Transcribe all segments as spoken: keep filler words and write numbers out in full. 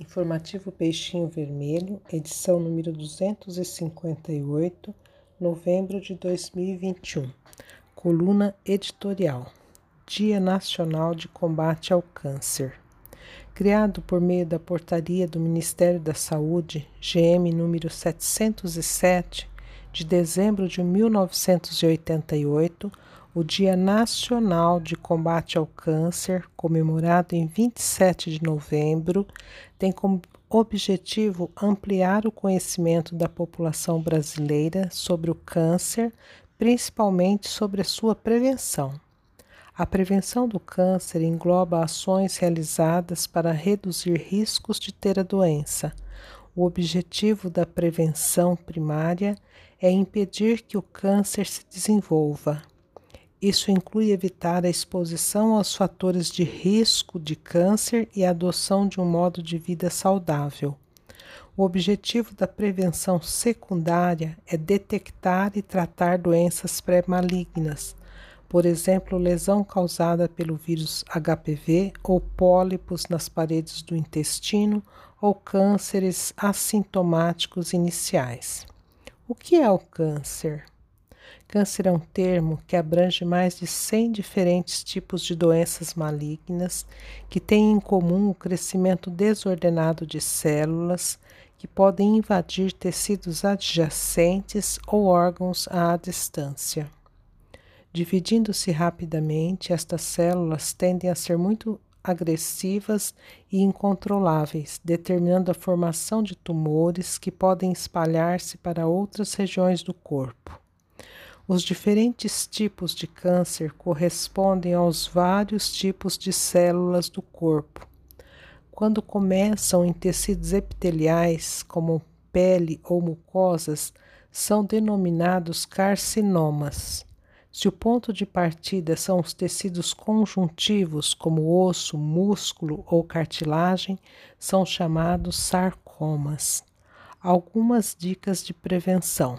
Informativo Peixinho Vermelho, edição número duzentos e cinquenta e oito, novembro de dois mil e vinte e um. Coluna editorial: Dia Nacional de Combate ao Câncer. Criado por meio da portaria do Ministério da Saúde, G M número setecentos e sete, de dezembro de mil novecentos e oitenta e oito, o Dia Nacional de Combate ao Câncer, comemorado em vinte e sete de novembro, tem como objetivo ampliar o conhecimento da população brasileira sobre o câncer, principalmente sobre a sua prevenção. A prevenção do câncer engloba ações realizadas para reduzir riscos de ter a doença. O objetivo da prevenção primária é impedir que o câncer se desenvolva. Isso inclui evitar a exposição aos fatores de risco de câncer e a adoção de um modo de vida saudável. O objetivo da prevenção secundária é detectar e tratar doenças pré-malignas, por exemplo, lesão causada pelo vírus H P V ou pólipos nas paredes do intestino ou cânceres assintomáticos iniciais. O que é o câncer? Câncer é um termo que abrange mais de cem diferentes tipos de doenças malignas que têm em comum o crescimento desordenado de células que podem invadir tecidos adjacentes ou órgãos à distância. Dividindo-se rapidamente, estas células tendem a ser muito agressivas e incontroláveis, determinando a formação de tumores que podem espalhar-se para outras regiões do corpo. Os diferentes tipos de câncer correspondem aos vários tipos de células do corpo. Quando começam em tecidos epiteliais, como pele ou mucosas, são denominados carcinomas. Se o ponto de partida são os tecidos conjuntivos, como osso, músculo ou cartilagem, são chamados sarcomas. Algumas dicas de prevenção: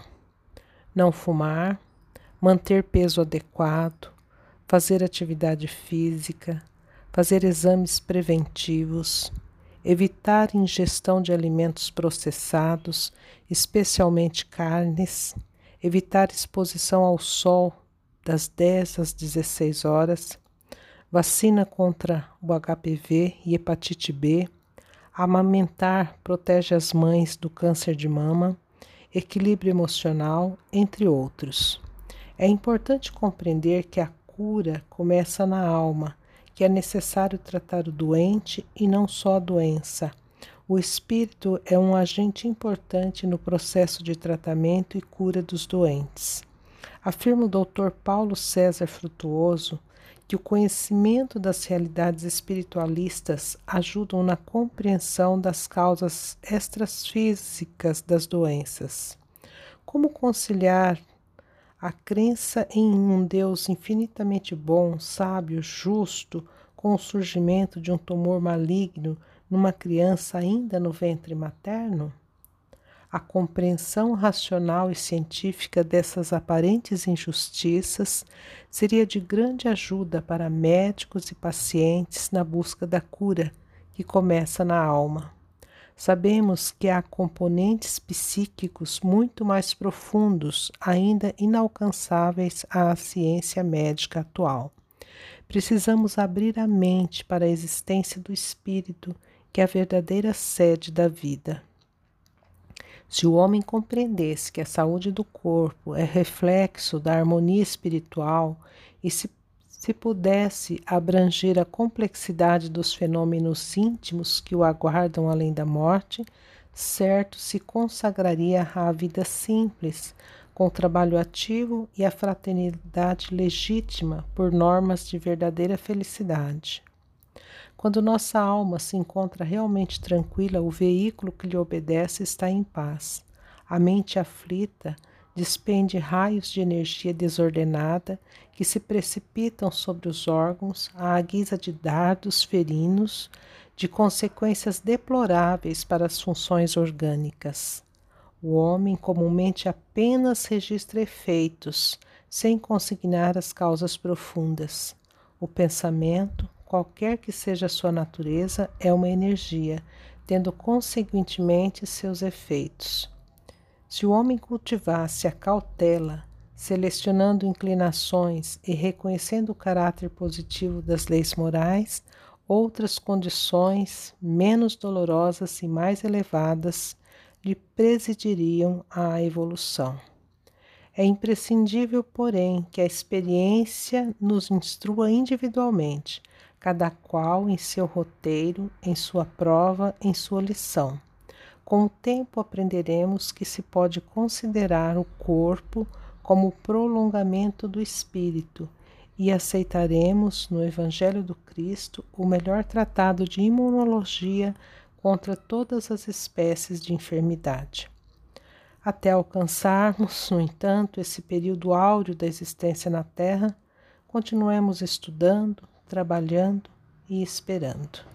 não fumar, manter peso adequado, fazer atividade física, fazer exames preventivos, evitar ingestão de alimentos processados, especialmente carnes, evitar exposição ao sol das dez às dezesseis horas, vacina contra o H P V e hepatite B, amamentar protege as mães do câncer de mama, equilíbrio emocional, entre outros. É importante compreender que a cura começa na alma, que é necessário tratar o doente e não só a doença. O espírito é um agente importante no processo de tratamento e cura dos doentes. Afirma o doutor Paulo César Frutuoso que o conhecimento das realidades espiritualistas ajudam na compreensão das causas extrafísicas das doenças. Como conciliar a crença em um Deus infinitamente bom, sábio, justo, com o surgimento de um tumor maligno numa criança ainda no ventre materno? A compreensão racional e científica dessas aparentes injustiças seria de grande ajuda para médicos e pacientes na busca da cura, que começa na alma. Sabemos que há componentes psíquicos muito mais profundos, ainda inalcançáveis à ciência médica atual. Precisamos abrir a mente para a existência do espírito, que é a verdadeira sede da vida. Se o homem compreendesse que a saúde do corpo é reflexo da harmonia espiritual e se, se pudesse abranger a complexidade dos fenômenos íntimos que o aguardam além da morte, certo se consagraria à vida simples, com o trabalho ativo e a fraternidade legítima por normas de verdadeira felicidade. Quando nossa alma se encontra realmente tranquila, o veículo que lhe obedece está em paz. A mente aflita despende raios de energia desordenada que se precipitam sobre os órgãos à guisa de dardos ferinos, de consequências deploráveis para as funções orgânicas. O homem comumente apenas registra efeitos, sem consignar as causas profundas. O pensamento, qualquer que seja a sua natureza, é uma energia, tendo consequentemente seus efeitos. Se o homem cultivasse a cautela, selecionando inclinações e reconhecendo o caráter positivo das leis morais, outras condições, menos dolorosas e mais elevadas, lhe presidiriam à evolução. É imprescindível, porém, que a experiência nos instrua individualmente, cada qual em seu roteiro, em sua prova, em sua lição. Com o tempo aprenderemos que se pode considerar o corpo como o prolongamento do espírito e aceitaremos no Evangelho do Cristo o melhor tratado de imunologia contra todas as espécies de enfermidade. Até alcançarmos, no entanto, esse período áureo da existência na Terra, continuemos estudando, trabalhando e esperando.